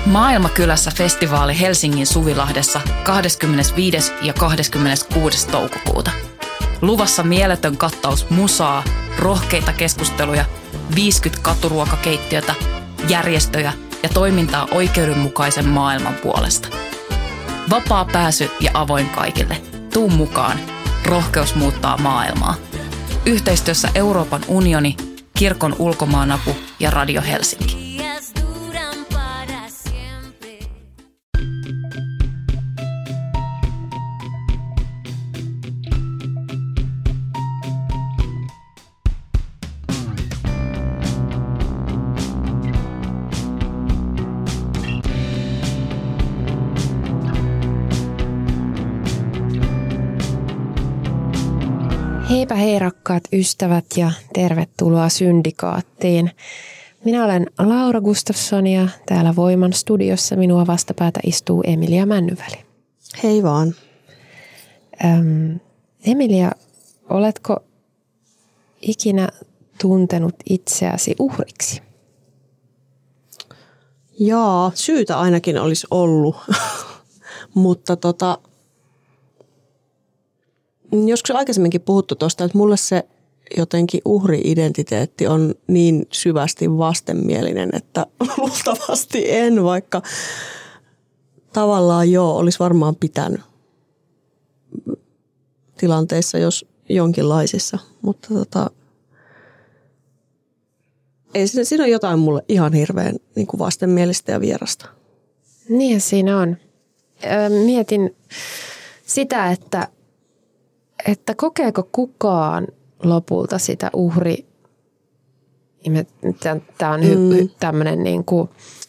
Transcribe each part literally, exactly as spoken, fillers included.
Maailmakylässä festivaali Helsingin Suvilahdessa kahdeskymmenesviides ja kahdeskymmeneskuudes toukokuuta. Luvassa mieletön kattaus musaa, rohkeita keskusteluja, viisikymmentä katuruokakeittiötä, järjestöjä ja toimintaa oikeudenmukaisen maailman puolesta. Vapaa pääsy ja avoin kaikille. Tuu mukaan. Rohkeus muuttaa maailmaa. Yhteistyössä Euroopan unioni, Kirkon ulkomaanapu ja Radio Helsinki. Heipä hei rakkaat ystävät ja tervetuloa Syndikaattiin. Minä olen Laura Gustafsson ja täällä Voiman studiossa minua vastapäätä istuu Emilia Männyväli. Hei vaan. Öm, Emilia, oletko ikinä tuntenut itseäsi uhriksi? Jaa, syytä ainakin olisi ollut, mutta tota... Joskus aikaisemminkin puhuttu tuosta, että mulle se jotenkin uhri-identiteetti on niin syvästi vastenmielinen, että luultavasti en, vaikka tavallaan joo, olisi varmaan pitänyt tilanteissa, jos jonkinlaisissa, mutta tota, ei siinä, siinä on jotain mulle ihan hirveän niin kuin vastenmielistä ja vierasta. Niin siinä on. Mietin sitä, että Että kokeeko kukaan lopulta sitä uhri, tämä on mm. tämmöinen niin kuin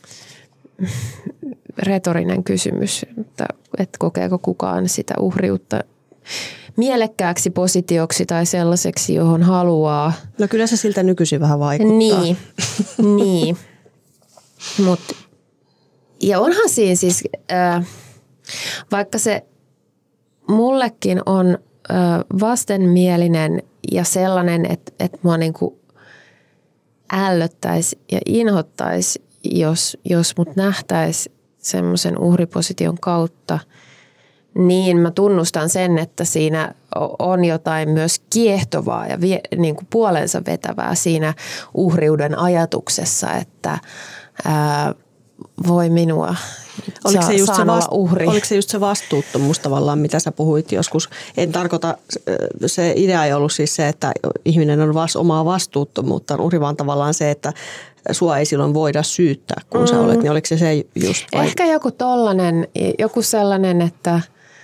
retorinen kysymys, että, että kokeeko kukaan sitä uhriutta mielekkääksi positioksi tai sellaiseksi, johon haluaa. No kyllä se siltä nykyisin vähän vaikuttaa. Niin, niin. Mut, ja onhan siinä siis, äh, vaikka se mullekin on vastenmielinen ja sellainen, että, että mua niin kuin ällöttäisi ja inhottaisi, jos, jos mut nähtäisi semmoisen uhriposition kautta, niin mä tunnustan sen, että siinä on jotain myös kiehtovaa ja vie, niin kuin puolensa vetävää siinä uhriuden ajatuksessa, että ää, voi minua Oliko saa, se, just se, vast, uhri. oliko se just se vastuuttomuus tavallaan, mitä sä puhuit joskus? En tarkoita, se idea ei ollut siis se, että ihminen on vas, omaa vastuuttomuutta, uhri, vaan tavallaan se, että sua ei silloin voida syyttää, kun mm. sä olet. Niin oliko se se just? Vai? Ehkä joku tollainen, joku sellainen, että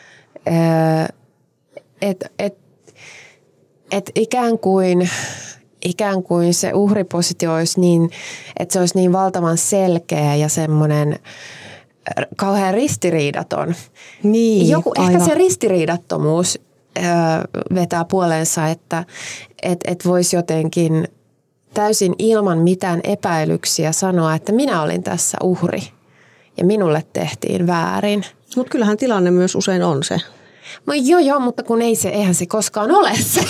et, et, et ikään kuin... ikään kuin se uhripositio olisi niin, että se olisi niin valtavan selkeä ja semmoinen kauhean ristiriidaton. Niin, Joku, aivan. ehkä se ristiriidattomuus ö, vetää puoleensa, että et, et voisi jotenkin täysin ilman mitään epäilyksiä sanoa, että minä olin tässä uhri ja minulle tehtiin väärin. Mutta kyllähän tilanne myös usein on se. No joo, joo, mutta kun ei se, eihän se koskaan ole se.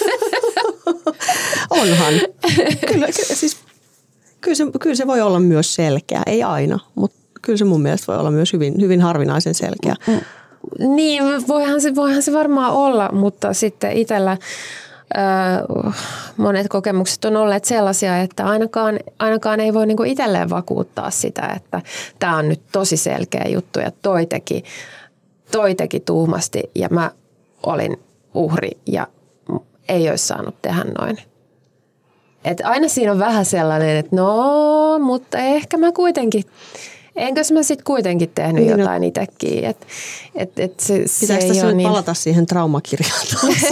Onhan. Kyllä, siis, kyllä, se, kyllä se voi olla myös selkeä, ei aina, mutta kyllä se mun mielestä voi olla myös hyvin, hyvin harvinaisen selkeä. Niin, voihan se, voihan se varmaan olla, mutta sitten itsellä äh, monet kokemukset on olleet sellaisia, että ainakaan, ainakaan ei voi niinku itselleen vakuuttaa sitä, että tämä on nyt tosi selkeä juttu ja toi teki, toi teki tuhmasti ja mä olin uhri ja ei olisi saanut tehdä noin. Et aina siinä on vähän sellainen, että no, mutta ehkä mä kuitenkin, enkös mä sitten kuitenkin tehnyt niin, jotain itsekin. Et, et, et se, Pitääkö se tässä nyt niin... palata siihen traumakirjaan taas?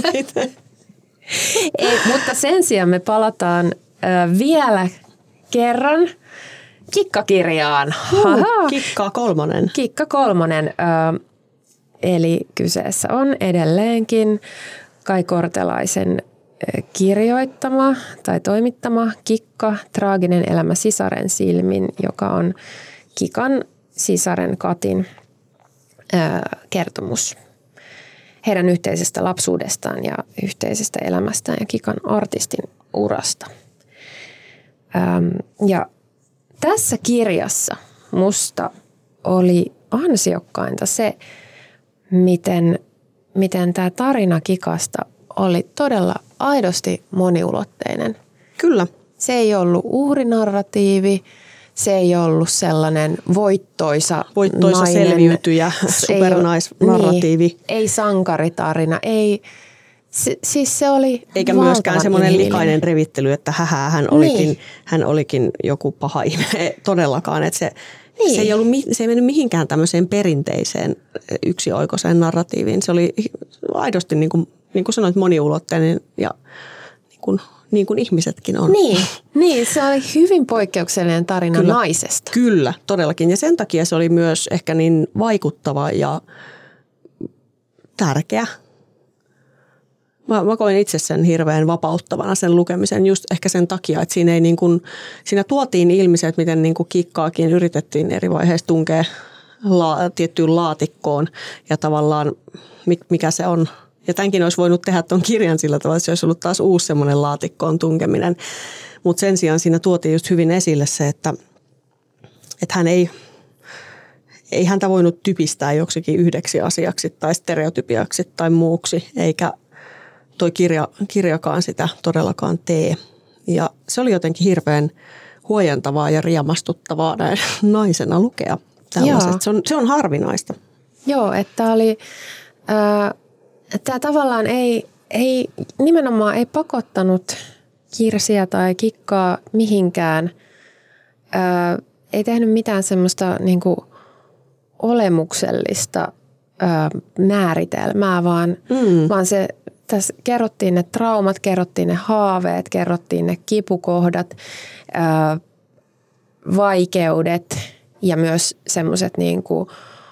Ei, mutta sen sijaan me palataan äh, vielä kerran kikkakirjaan. Uh, kikka kolmonen. Kikka kolmonen. Äh, eli kyseessä on edelleenkin Kai Kortelaisen kirjoittama tai toimittama Kikka, traaginen elämä sisaren silmin, joka on Kikan sisaren Katin ää, kertomus heidän yhteisestä lapsuudestaan ja yhteisestä elämästään ja Kikan artistin urasta. Ähm, ja tässä kirjassa musta oli ansiokkainta se, miten, miten tämä tarina Kikasta oli todella aidosti moniulotteinen. Kyllä. Se ei ollut uhrinarratiivi, se ei ollut sellainen voittoisa, voittoisa nainen, selviytyjä, supernaisnarratiivi. Ei, ei sankaritarina, ei, se, siis se oli eikä myöskään semmoinen likainen revittely, että hähää, hän olikin, niin. hän olikin joku paha ihme todellakaan. Että se, niin. se, ei ollut, se ei mennyt mihinkään tämmöiseen perinteiseen yksioikoiseen narratiiviin. Se oli aidosti, niin kuin, niin kuin sanoit, moniulotteinen ja niin kuin, niin kuin ihmisetkin on. Niin, niin, se oli hyvin poikkeuksellinen tarina kyllä, naisesta. Kyllä, todellakin. Ja sen takia se oli myös ehkä niin vaikuttava ja tärkeä. Mä, mä koin itse sen hirveän vapauttavana sen lukemisen just ehkä sen takia, että siinä, ei niin kuin, siinä tuotiin ilmi se, että miten niin kuin Kikkaakin yritettiin eri vaiheissa tunkea la, tiettyyn laatikkoon ja tavallaan mikä se on. Ja tämänkin olisi voinut tehdä tuon kirjan sillä tavalla, että se olisi ollut taas uusi semmoinen laatikkoon tunkeminen. Mutta sen sijaan siinä tuotiin just hyvin esille se, että, että hän ei, ei häntä voinut typistää joksikin yhdeksi asiaksi tai stereotypiaksi tai muuksi, eikä toi kirja, kirjakaan sitä todellakaan tee. Ja se oli jotenkin hirveän huojentavaa ja riemastuttavaa näin naisena lukea tällaiset. Se on, se on harvinaista. Joo, että oli... Äh... Tämä tavallaan ei, ei, nimenomaan ei pakottanut Kirsiä tai Kikkaa mihinkään. Ää, ei tehnyt mitään semmoista niin kuin olemuksellista ää, määritelmää, vaan, mm. vaan se, tässä kerrottiin ne traumat, kerrottiin ne haaveet, kerrottiin ne kipukohdat, ää, vaikeudet ja myös semmoiset niin kuin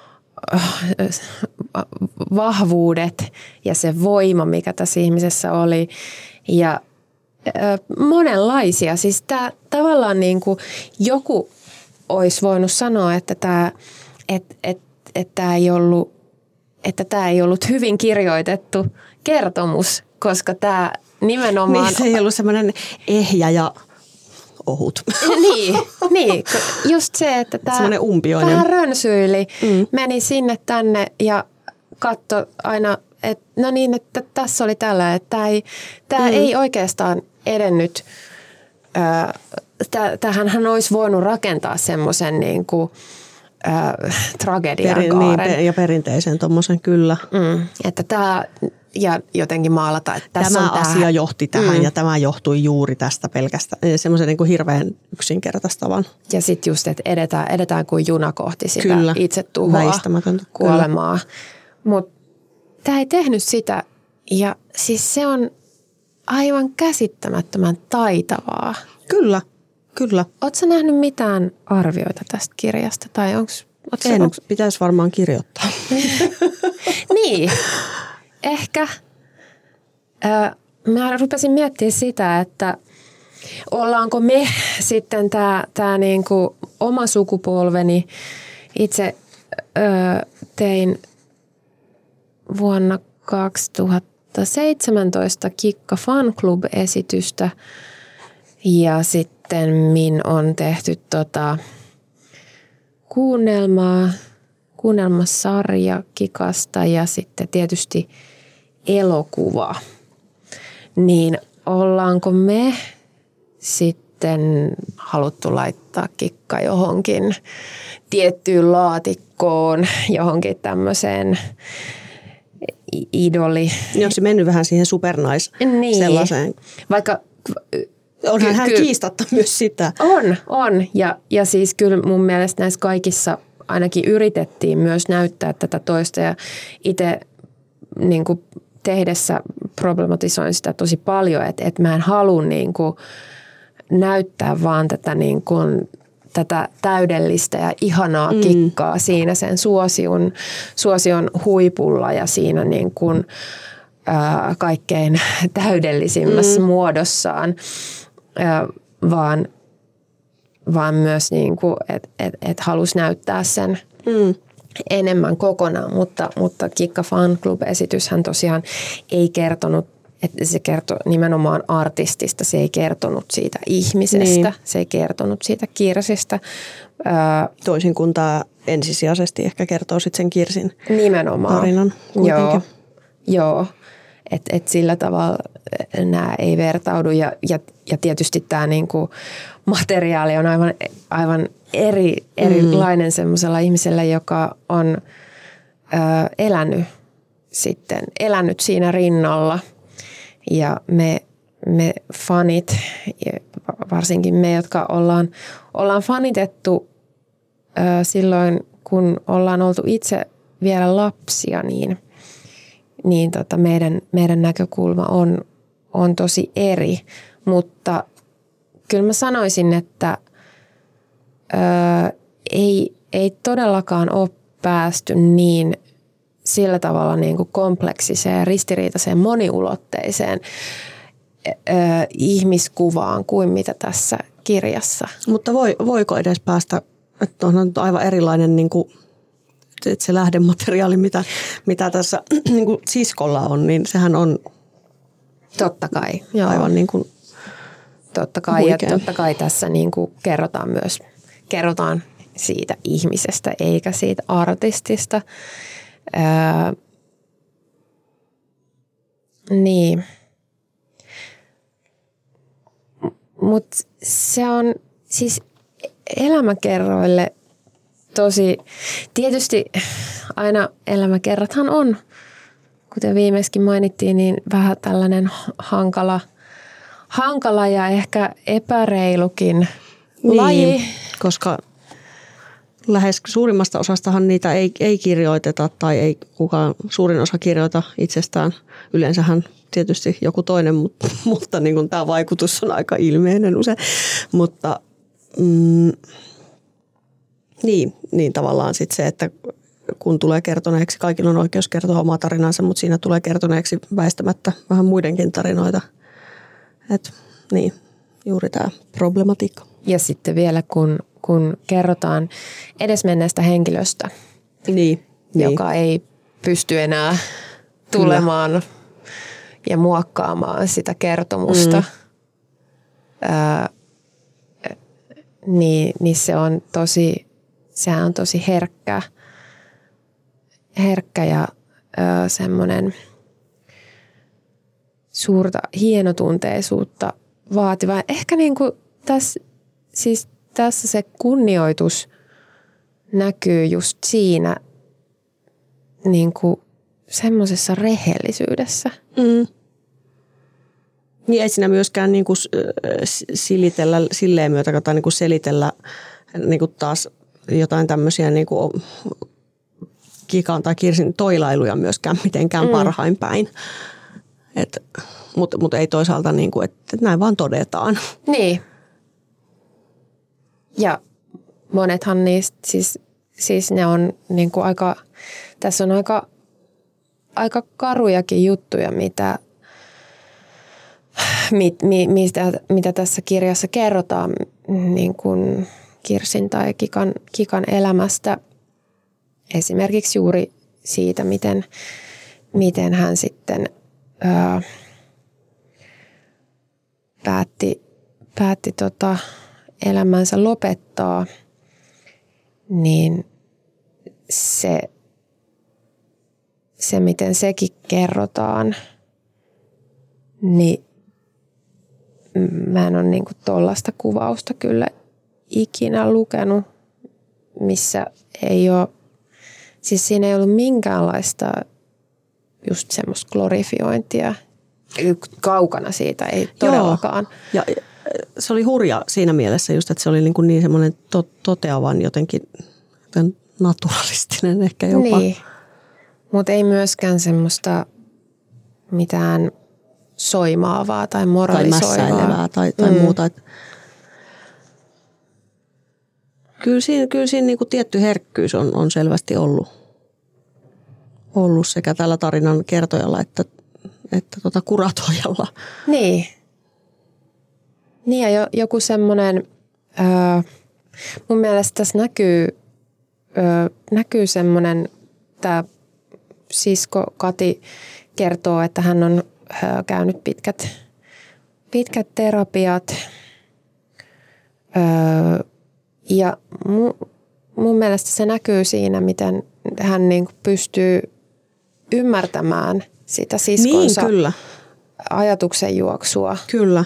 vahvuudet ja se voima, mikä tässä ihmisessä oli ja ö, monenlaisia. Siis tämä tavallaan niin kuin joku olisi voinut sanoa, että tämä et, et, et tää ei ollut, että tämä ei ollut hyvin kirjoitettu kertomus, koska tämä nimenomaan... Niin, se ei ollut semmoinen ehjä ja ohut. Niin, niin, just se, että tämä vähän rönsyili, mm. meni sinne tänne ja katsoi aina, että no niin, että tässä oli tällä, että tämä ei, tämä mm. ei oikeastaan edennyt. Tähän hän olisi voinut rakentaa semmoisen niin kuin äh, tragedian Perin, kaaren. Niin, ja perinteisen tuommoisen kyllä. Mm, että tämä... Ja jotenkin maalata, että tässä tämä on asia tämä. johti tähän mm. ja tämä johtui juuri tästä pelkästään. Semmoisen niin kuin hirveän yksinkertaistavan. Ja sitten just, että edetään, edetään kuin juna kohti sitä kyllä. itsetuhoa, kuolemaa. Mutta tämä ei tehnyt sitä. Ja siis se on aivan käsittämättömän taitavaa. Kyllä, kyllä. Ootko sä nähnyt mitään arvioita tästä kirjasta? Tai onks, en, se, onks... pitäisi varmaan kirjoittaa. Niin. Ehkä mä rupesin miettimään sitä, että ollaanko me sitten tämä tää niinku oma sukupolveni. Itse ö, tein vuonna kaksituhattaseitsemäntoista Kikka Fan Club-esitystä ja sitten min on tehty tota kuunnelmaa, kuunnelmasarja Kikasta ja sitten tietysti elokuva, niin ollaanko me sitten haluttu laittaa Kikka johonkin tiettyyn laatikkoon, johonkin tämmöiseen idoli. Onko se mennyt vähän siihen supernais niin. sellaiseen? Vaikka... Onhan hän kiistatta myös sitä. On, on. Ja, ja siis kyllä mun mielestä näissä kaikissa ainakin yritettiin myös näyttää tätä toista ja itse niin kuin tehdessä problematisoin sitä tosi paljon, että, että mä en halua niin kuin näyttää vaan tätä, niin kuin, tätä täydellistä ja ihanaa mm. Kikkaa siinä sen suosion, suosion huipulla ja siinä niin kuin, ää, kaikkein täydellisimmässä mm. muodossaan, ää, vaan, vaan myös niin kuin, että et, et halusi näyttää sen mm. enemmän kokonaan, mutta, mutta Kikka Fan Club-esityshän tosiaan ei kertonut että se kertoi nimenomaan artistista, se ei kertonut siitä ihmisestä, niin. Se ei kertonut siitä Kirsistä. Toisin kuin tämä ensisijaisesti ehkä kertoo sitten sen Kirsin nimenomaan. Tarinan kuitenkin. Joo, joo. että et sillä tavalla nämä ei vertaudu ja, ja, ja tietysti tämä niinku materiaali on aivan, aivan eri, erilainen mm. semmoisella ihmisellä, joka on ö, elänyt sitten, elänyt siinä rinnalla. Ja me, me fanit, varsinkin me, jotka ollaan, ollaan fanitettu ö, silloin, kun ollaan oltu itse vielä lapsia, niin, niin tota meidän, meidän näkökulma on, on tosi eri. Mutta kyllä mä sanoisin, että ö, ei, ei todellakaan ole päästy niin sillä tavalla niin kuin kompleksiseen, ristiriitaiseen, moniulotteiseen ö, ihmiskuvaan kuin mitä tässä kirjassa. Mutta voi, voiko edes päästä, että on aivan erilainen niin kuin, että se lähdemateriaali, mitä, mitä tässä niin kuin siskolla on, niin sehän on totta kai, joo. aivan niin kuin totta kai, ja totta kai tässä niin kuin kerrotaan myös, kerrotaan siitä ihmisestä eikä siitä artistista. Öö, niin. Mutta se on siis elämäkerroille tosi, tietysti aina elämäkerrathan on, kuten viimeiskin mainittiin, niin vähän tällainen hankala, hankala ja ehkä epäreilukin niin, laji. Koska lähes suurimmasta osastahan niitä ei, ei kirjoiteta tai ei kukaan suurin osa kirjoita itsestään. Yleensähän tietysti joku toinen, mutta, mutta niin kuin tämä vaikutus on aika ilmeinen usein. Mutta mm, niin, niin tavallaan sitten se, että kun tulee kertoneeksi, kaikilla on oikeus kertoa omaa tarinansa, mutta siinä tulee kertoneeksi väistämättä vähän muidenkin tarinoita. Et, niin, juuri tämä problematiikka. Ja sitten vielä kun, kun kerrotaan edesmenneestä henkilöstä, niin, joka niin. ei pysty enää tulemaan Kyllä. ja muokkaamaan sitä kertomusta, mm. ää, niin, niin se on tosi, sehän on tosi herkkä, herkkä ja ää, semmoinen suurta hienotunteisuutta vaativa. Ehkä niin kuin tässä, siis tässä se kunnioitus näkyy just siinä niin kuin semmoisessa rehellisyydessä. Mm. Niin ei siinä myöskään niin kuin silitellä silleen myötä tai niin kuin selitellä niin kuin taas jotain tämmöisiä niin kuin Kikan tai Kirsin toilailuja myöskään mitenkään mm. parhain päin. Mutta mut ei toisaalta niin kuin, että näin vaan todetaan. Niin. Ja monethan niistä, siis, siis ne on niin kuin aika, tässä on aika, aika karujakin juttuja, mitä, mit, mi, mistä, mitä tässä kirjassa kerrotaan niin kuin Kirsin tai Kikan, Kikan elämästä. Esimerkiksi juuri siitä, miten, miten hän sitten ää, päätti, päätti tota elämänsä lopettaa, niin se, se miten sekin kerrotaan, niin mä en ole niinku tollaista kuvausta kyllä ikinä lukenut, missä ei ole, siis siinä ei ollut minkäänlaista just semmoista glorifiointia. Kaukana siitä, ei todellakaan. Joo. Ja se oli hurja siinä mielessä just, että se oli niin, kuin niin semmoinen to- toteavan jotenkin naturalistinen ehkä jopa. Niin, mutta ei myöskään semmoista mitään soimaavaa tai moralisoivaa. Tai mässäilevää tai, tai mm. muuta. Että kyllä siinä, kyllä siinä niin kuin tietty herkkyys on, on selvästi ollut, ollut sekä tällä tarinan kertojalla että, että tuota kuratoijalla. Niin. Niin ja joku semmoinen, öö, mun mielestä tässä näkyy, öö, näkyy semmoinen, tämä sisko Kati kertoo, että hän on käynyt pitkät, pitkät terapiat. Ja mun mielestä se näkyy siinä, miten hän niin kuin pystyy ymmärtämään sitä siskonsa niin, kyllä. ajatuksen juoksua. Kyllä.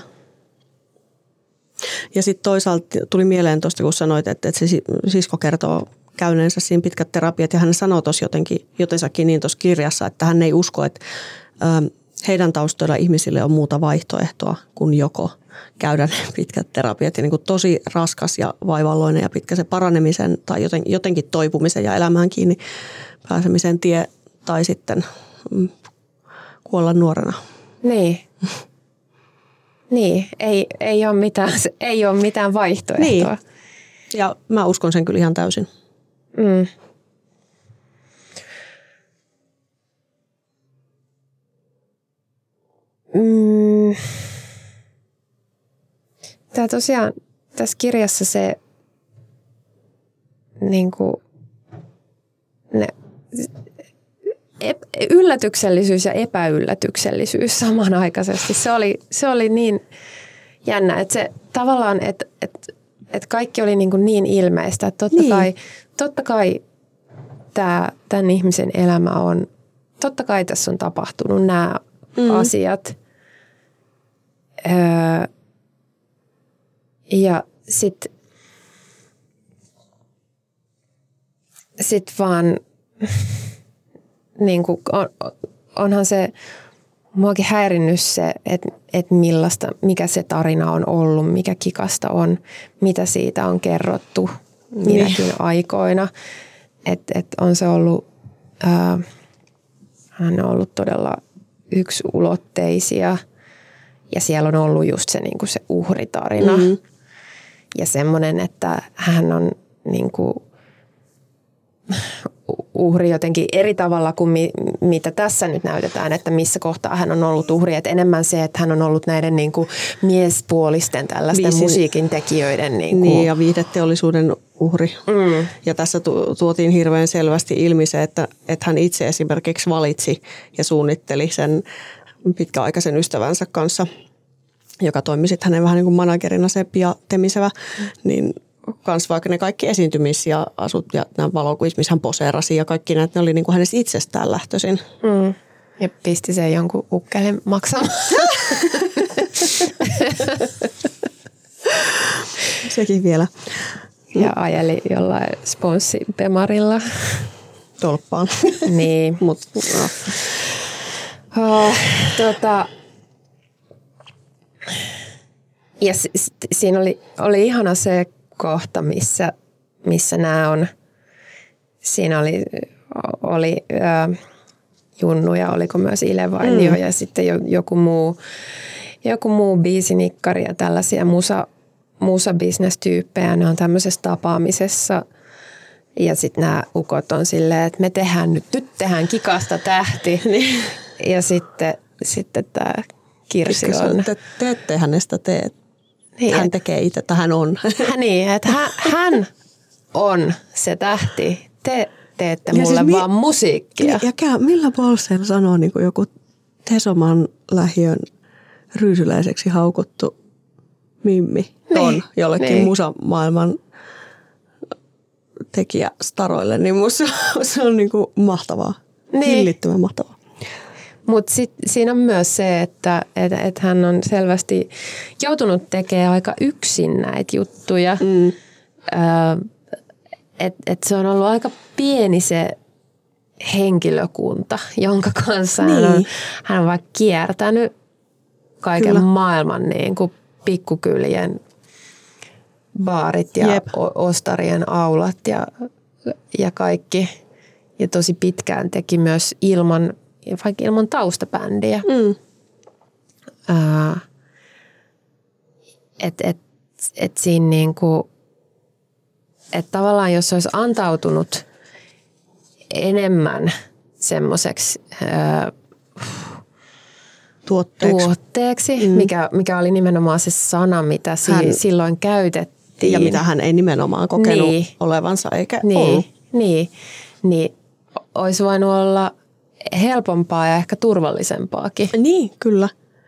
Ja sitten toisaalta tuli mieleen tuosta, kun sanoit, että, että se sisko kertoo käyneensä siinä pitkät terapiat. Ja hän sanoo tuossa jotenkin, jotensakin niin tuossa kirjassa, että hän ei usko, että ö, heidän taustoilla ihmisille on muuta vaihtoehtoa kuin joko käydä ne pitkät terapiat. Ja niin kuin tosi raskas ja vaivalloinen ja pitkä se paranemisen tai joten, jotenkin toipumisen ja elämään kiinni pääsemisen tie tai sitten mm, kuolla nuorena. Niin. Niin, ei, ei, ole mitään, ei ole mitään vaihtoehtoa. Niin. Ja mä uskon sen kyllä ihan täysin. Mm. Mm. Tämä tosiaan tässä kirjassa se niin kuin, ne, yllätyksellisyys ja epäyllätyksellisyys samanaikaisesti. Se oli, se oli niin jännä, että se tavallaan, että, että, että kaikki oli niin, kuin niin ilmeistä. Että totta, niin. kai, totta kai tämä, tämän ihmisen elämä on, totta kai tässä on tapahtunut nämä mm. asiat. Öö, ja sitten sit vaan niin kuin on, onhan se muakin häirinnyt se, että, että millaista, mikä se tarina on ollut, mikä kikasta on, mitä siitä on kerrottu minäkin niin. aikoina. Että et on se ollut, ää, hän on ollut todella yksiulotteisia ja siellä on ollut just se, niin kuin se uhritarina. Mm-hmm. Ja semmoinen, että hän on niin kuin uhri jotenkin eri tavalla kuin mi, mitä tässä nyt näytetään, että missä kohtaa hän on ollut uhri. Että enemmän se, että hän on ollut näiden niin kuin miespuolisten tällaisten Viisin, musiikin tekijöiden. Niin, kuin. Niin ja viihdeteollisuuden uhri. Mm. Ja tässä tu, tuotiin hirveän selvästi ilmi se, että, että hän itse esimerkiksi valitsi ja suunnitteli sen pitkäaikaisen ystävänsä kanssa, joka toimi sitten hänen vähän niin kuin managerina se Pia Temisevä, mm. niin kans vaikka ne kaikki esiintymis- ja asut ja nämä valokuvat, missä hän poseerasi ja kaikki näitä, ne oli niin kuin hänestä itsestään lähtöisin. Mm. Ja pisti sen jonkun ukkelen maksamaan. Sekin vielä. Ja ajeli jollain sponssipemarilla. Tolppaan. Niin. Mut, no. oh, tota... Ja s- s- siinä oli, oli ihana se kohta, missä, missä nämä on. Siinä oli, oli äh, Junnu ja oliko myös Ile Vainio mm. ja sitten jo, joku muu, joku muu biisinikkari ja tällaisia musa, musa-business-tyyppejä. Ne on tämmöisessä tapaamisessa ja sitten nämä ukot on silleen, että me tehdään nyt, nyt tehdään Kikasta tähti. Ja sitten, sitten tämä Kirsi on. Te, te ette hänestä tee. Niin, hän tekee itse, että hän on. Niin, että hän, hän on se tähti. Te teette mulle siis mi- vaan musiikkia. Ja käy, millä Bolsen sanoo niin kuin joku Tesoman lähiön ryysyläiseksi haukuttu mimmi niin, on jollekin niin. musamaailman tekijästaroille, niin musta se on niin kuin mahtavaa. Niin. Hillittömän mahtavaa. Mutta siinä on myös se, että et, et hän on selvästi joutunut tekemään aika yksin näitä juttuja. Mm. Öö, et, et se on ollut aika pieni se henkilökunta, jonka kanssa niin. hän, on, hän on vaikka kiertänyt kaiken Kyllä. maailman niin kuin pikkukylien baarit ja Jep. ostarien aulat ja, ja kaikki. Ja tosi pitkään teki myös ilman... vaikka ilman taustabändiä. Mm. Uh, että et, et siinä niinku, että tavallaan jos olisi antautunut enemmän semmoiseksi uh, tuotteeksi, tuotteeksi mm. mikä, mikä oli nimenomaan se sana, mitä si- hän, silloin käytettiin. Ja mitä hän ei nimenomaan kokenut niin. olevansa eikä niin, ollut. Niin, niin olisi voinut olla helpompaa ja ehkä turvallisempaakin. Niin, kyllä.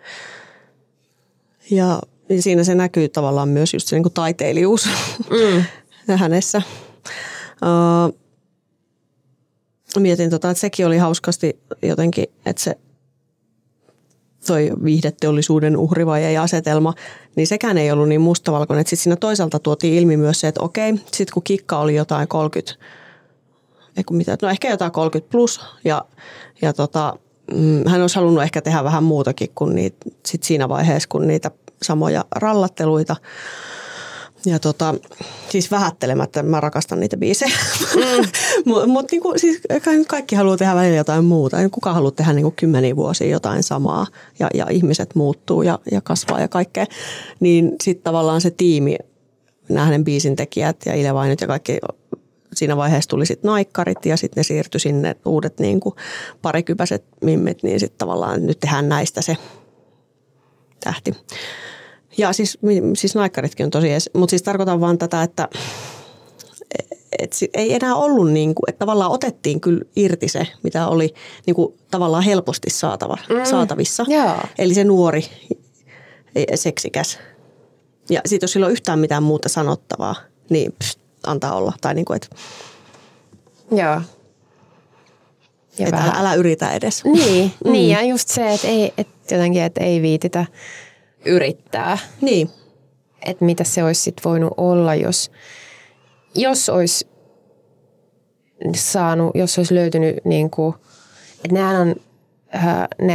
Ja siinä se näkyy tavallaan myös just se niin kuin taiteilijuus mm. hänessä. Uh, mietin, tota, että sekin oli hauskasti jotenkin, että se toi viihdeteollisuuden uhrivaje ja asetelma, niin sekään ei ollut niin mustavalkoinen. Sitten siinä toisaalta tuotiin ilmi myös se, että okei, sitten kun Kikka oli jotain kolmekymmentä, eiku mitä, no ehkä jotain kolmekymmentä plus, ja, ja tota, hän olisi halunnut ehkä tehdä vähän muutakin kuin niitä, sit siinä vaiheessa, kun niitä samoja rallatteluita. Ja tota, siis vähättelemättä, mä rakastan niitä biisejä, mm. mutta mut niinku, siis kaikki haluaa tehdä välillä jotain muuta. Ei kukaan halua tehdä niinku kymmeniä vuosia jotain samaa ja, ja ihmiset muuttuu ja, ja kasvaa ja kaikkea. Niin sitten tavallaan se tiimi, nämä hänen biisin tekijät ja Ilevainit ja kaikki, siinä vaiheessa tuli sitten naikkarit ja sitten ne siirtyi sinne uudet niinku parikypäiset mimmit, niin sitten tavallaan nyt tehdään näistä se tähti. Ja siis, siis naikkaritkin on tosi ees, mutta siis tarkoitan vaan tätä, että et ei enää ollut niin kuin, että tavallaan otettiin kyllä irti se, mitä oli niin kuin tavallaan helposti saatava, mm. saatavissa. Joo. Eli se nuori, seksikäs. Ja sitten jos sillä on yhtään mitään muuta sanottavaa, niin pst, antaa olla. Tai niin kuin, että Joo. Ja että älä, älä yritä edes. Niin, mm. niin, ja just se, että ei, että jotenkin, että ei viititä yrittää. Niin. Että mitä se olisi sit voinut olla, jos, jos olisi saanut, jos olisi löytynyt niin kuin, että nehän on äh, ne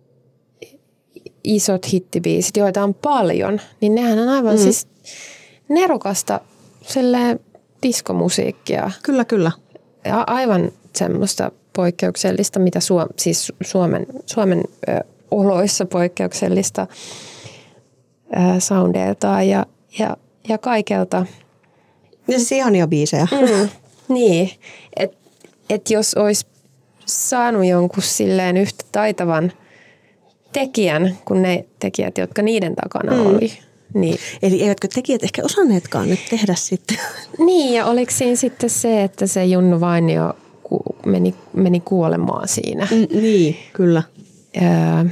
isot hittibiisit, joita on paljon, niin nehän on aivan mm. siis nerokasta silleen diskomusiikkia. Kyllä, kyllä. Ja aivan semmoista poikkeuksellista, mitä Suom- siis Suomen, Suomen ö, oloissa poikkeuksellista ö, soundeiltaan ja, ja, ja kaikelta. Ja siis ihania biisejä. Mm, niin, että et jos olisi saanut jonkun silleen yhtä taitavan tekijän kuin ne tekijät, jotka niiden takana mm. oli. Niin. Eli eivätkö tekijät ehkä osanneetkaan nyt tehdä sitten? Niin, ja oliko siinä sitten se, että se Junnu Vainio meni, meni kuolemaan siinä? Mm, niin, kyllä. Öö,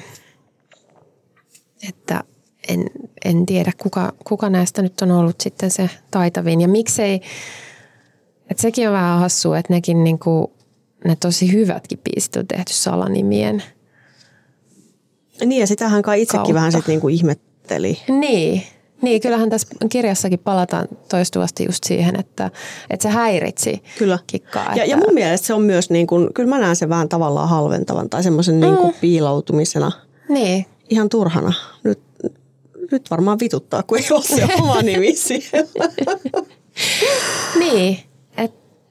että en, en tiedä, kuka, kuka näistä nyt on ollut sitten se taitavin. Ja miksei, että sekin on vähän hassua, että nekin niinku, ne tosi hyvätkin biisit on tehty salanimien Niin, ja sitähän kai itsekin kautta. Vähän sitten niinku ihmetteli. Niin. Niin, kyllähän tässä kirjassakin palataan toistuvasti just siihen, että, että se häiritsi kyllä. Kikkaa. Ja, että... ja mun mielestä se on myös, niin kuin, kyllä mä näen sen vähän tavallaan halventavan tai semmoisen mm. niin kuin piiloutumisena. Niin. Ihan turhana. Nyt, nyt varmaan vituttaa, kun ei ole se oma nimi siellä. Niin. Et...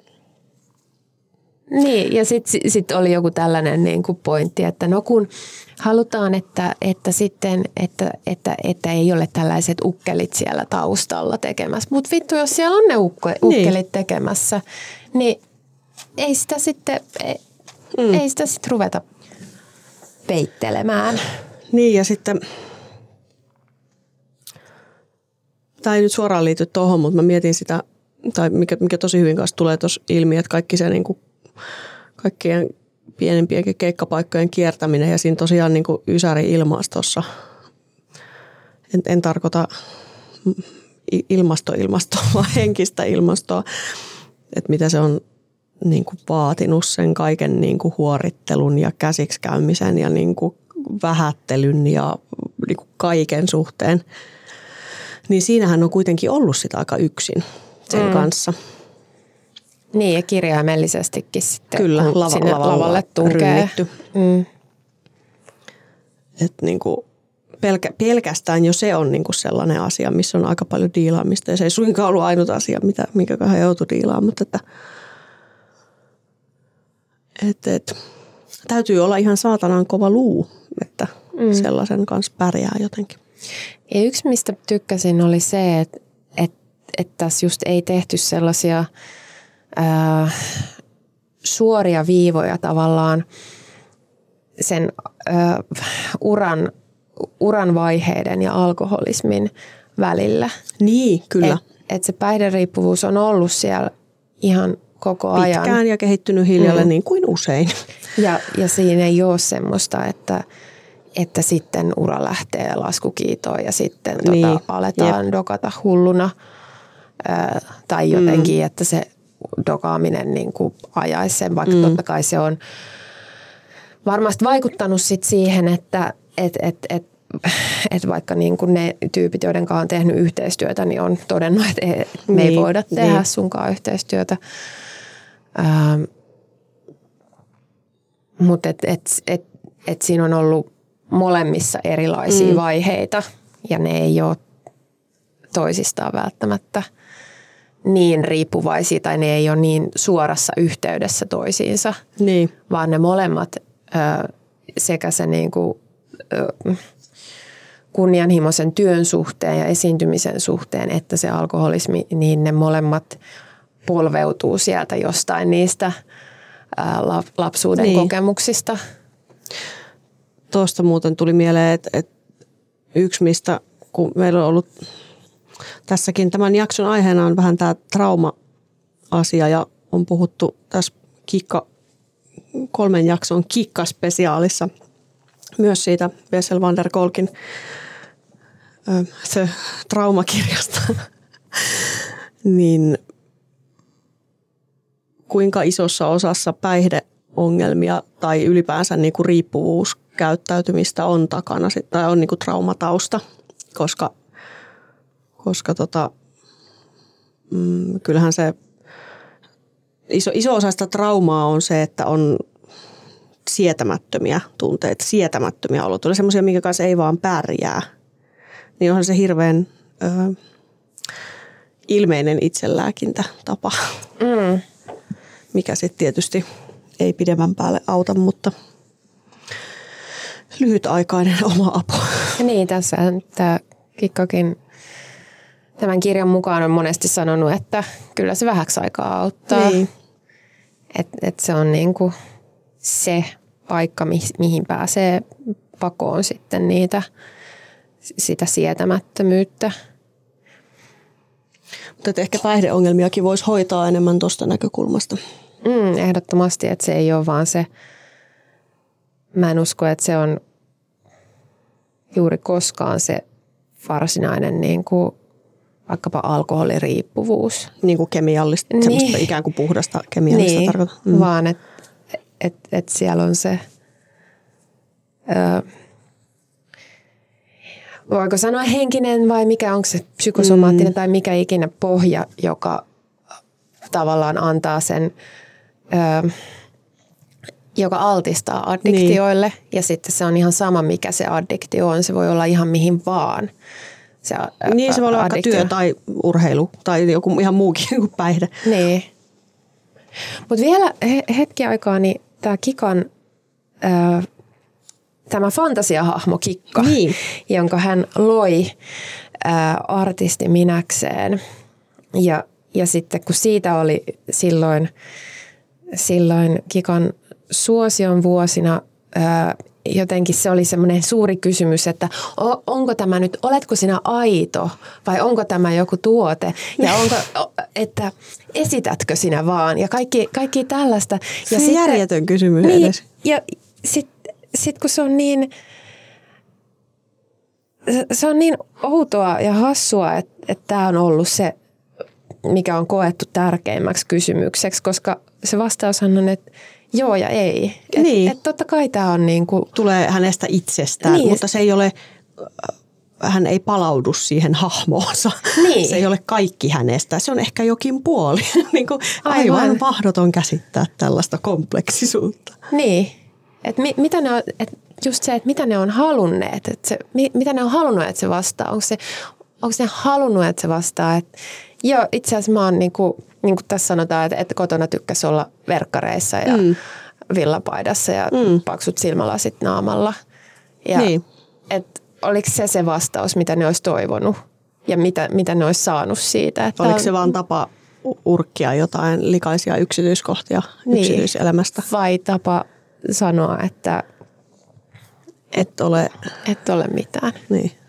Niin, ja sitten sit oli joku tällainen niin kuin pointti, että no kun halutaan, että, että sitten, että, että, että ei ole tällaiset ukkelit siellä taustalla tekemässä. Mutta vittu, jos siellä on ne ukke, ukkelit niin. tekemässä, niin ei sitä sitten, ei, mm. ei sitä sitten ruveta peittelemään. Niin, ja sitten, tämä ei nyt suoraan liity tuohon, mutta mä mietin sitä, tai mikä, mikä tosi hyvin kanssa tulee tuossa ilmi, että kaikki se niin kuin, kaikkien pienempien keikkapaikkojen kiertäminen ja siinä tosiaan niin kuin ysäri-ilmastossa. En, en tarkoita ilmasto-ilmastoa, vaan henkistä ilmastoa, että mitä se on niin kuin vaatinut sen kaiken niin kuin huorittelun ja käsiksikäymisen ja niin kuin vähättelyn ja niin kuin kaiken suhteen. Niin siinähän on kuitenkin ollut sitä aika yksin sen mm. kanssa. Niin, ja kirjaimellisestikin sitten, kyllä, kun lava, sinne lavalla lavalle tunkee. Mm. Että niinku pelkä, pelkästään jo se on niinku sellainen asia, missä on aika paljon diilaamista. Ja se ei suinkaan ollut ainut asia, mitä, minkäköhän joutui diilaamaan. Mutta että, et, et, täytyy olla ihan saatanan kova luu, että mm. sellaisen kanssa pärjää jotenkin. Ja yksi, mistä tykkäsin, oli se, että, että, että tässä just ei tehty sellaisia Äh, suoria viivoja tavallaan sen äh, uran, uran vaiheiden ja alkoholismin välillä. Niin, kyllä. Että et se päihderiippuvuus on ollut siellä ihan koko ajan. Pitkään ja kehittynyt hiljalle mm. niin kuin usein. Ja, ja siinä ei ole semmoista, että, että sitten ura lähtee laskukiitoon ja sitten niin. tota, aletaan Jep. dokata hulluna. Ää, tai jotenkin, mm. että se dokaaminen niin kuin ajaisi sen, vaikka mm. totta kai se on varmasti vaikuttanut sit siihen, että et, et, et, et vaikka niin kuin ne tyypit, joiden kanssa on tehnyt yhteistyötä, niin on todennut, että me niin, ei voida tehdä niin. sunkaan yhteistyötä. Ähm, Mutta et, et, et, et siinä on ollut molemmissa erilaisia mm. vaiheita ja ne ei ole toisistaan välttämättä niin riippuvaisia tai ne ei ole niin suorassa yhteydessä toisiinsa, niin. vaan ne molemmat ö, sekä se niinku, ö, kunnianhimoisen työn suhteen ja esiintymisen suhteen että se alkoholismi, niin ne molemmat polveutuu sieltä jostain niistä ö, lapsuuden niin. kokemuksista. Tuosta muuten tuli mieleen, että, että yksi mistä, kun meillä on ollut tässäkin tämän jakson aiheena on vähän tämä trauma-asia ja on puhuttu tässä kikka, kolmen jakson kikkaspesiaalissa myös siitä Bessel van der Kolkin se traumakirjasta. Niin kuinka isossa osassa päihdeongelmia tai ylipäänsä niinku riippuvuuskäyttäytymistä on takana tai on niinku traumatausta, koska Koska tota, mm, kyllähän se iso, iso osa sitä traumaa on se, että on sietämättömiä tunteita, sietämättömiä oloja, semmoisia, minkä kanssa ei vaan pärjää. Niin onhan se hirveän ö, ilmeinen itselääkintätapa, mm. mikä sitten tietysti ei pidemmän päälle auta, mutta lyhytaikainen oma apu. Niin, tässä tämä Kikkakin tämän kirjan mukaan on monesti sanonut, että kyllä se vähäksi aikaa auttaa. Niin. Että et se on niinku se paikka, mi- mihin pääsee pakoon sitten niitä, sitä sietämättömyyttä. Mutta ehkä päihdeongelmiakin voisi hoitaa enemmän tuosta näkökulmasta. Mm, ehdottomasti, että se ei ole vaan se, mä en usko, että se on juuri koskaan se varsinainen niin kuin vaikkapa alkoholiriippuvuus. Niin kuin kemiallista, niin. semmoista ikään kuin puhdasta kemiallista niin, tarkoittaa. Mm. Vaan että et, et siellä on se, ö, voiko sanoa henkinen vai mikä, onko se psykosomaattinen mm. tai mikä ikinä pohja, joka tavallaan antaa sen, ö, joka altistaa addiktioille. Niin. Ja sitten se on ihan sama, mikä se addiktio on. Se voi olla ihan mihin vaan. Se, niin, se voi olla vaikka työ tai urheilu tai joku ihan muukin kuin päihde. Niin. Mutta vielä hetki aikaa, niin tämä Kikan, ää, tämä fantasiahahmo Kikka, niin. jonka hän loi ää, artisti minäkseen. Ja, ja sitten kun siitä oli silloin, silloin Kikan suosion vuosina, ää, jotenkin se oli semmoinen suuri kysymys, että onko tämä nyt, oletko sinä aito vai onko tämä joku tuote ja onko, että esitätkö sinä vaan ja kaikki, kaikki tällaista. Se on järjetön kysymys niin, edes. Ja sitten sit kun se on niin, se on niin outoa ja hassua, että, että tämä on ollut se, mikä on koettu tärkeimmäksi kysymykseksi, koska se vastaushan on, että joo ja ei. Niin. Että et totta kai tämä on niin kuin tulee hänestä itsestään, niin. mutta se ei ole, hän ei palaudu siihen hahmoonsa. Niin. Se ei ole kaikki hänestä. Se on ehkä jokin puoli. niin kuin aivan. aivan mahdoton käsittää tällaista kompleksisuutta. Niin. Että mi, mitä ne on, et just se, että mitä ne on halunneet. Että se, mi, mitä ne on halunnut, että se vastaa. Onko se, onko ne halunnut, että se vastaa. Että joo, itse asiassa mä oon niin kuin, niin kuin tässä sanotaan, että, että kotona tykkäsi olla verkkareissa ja mm. villapaidassa ja mm. paksut silmälasit naamalla. Ja niin. Että oliko se se vastaus, mitä ne olisi toivonut ja mitä, mitä ne olisi saanut siitä? Että oliko se vaan tapa urkkia jotain likaisia yksityiskohtia niin. yksityiselämästä? Vai tapa sanoa, että et ole, et ole mitään. Niin.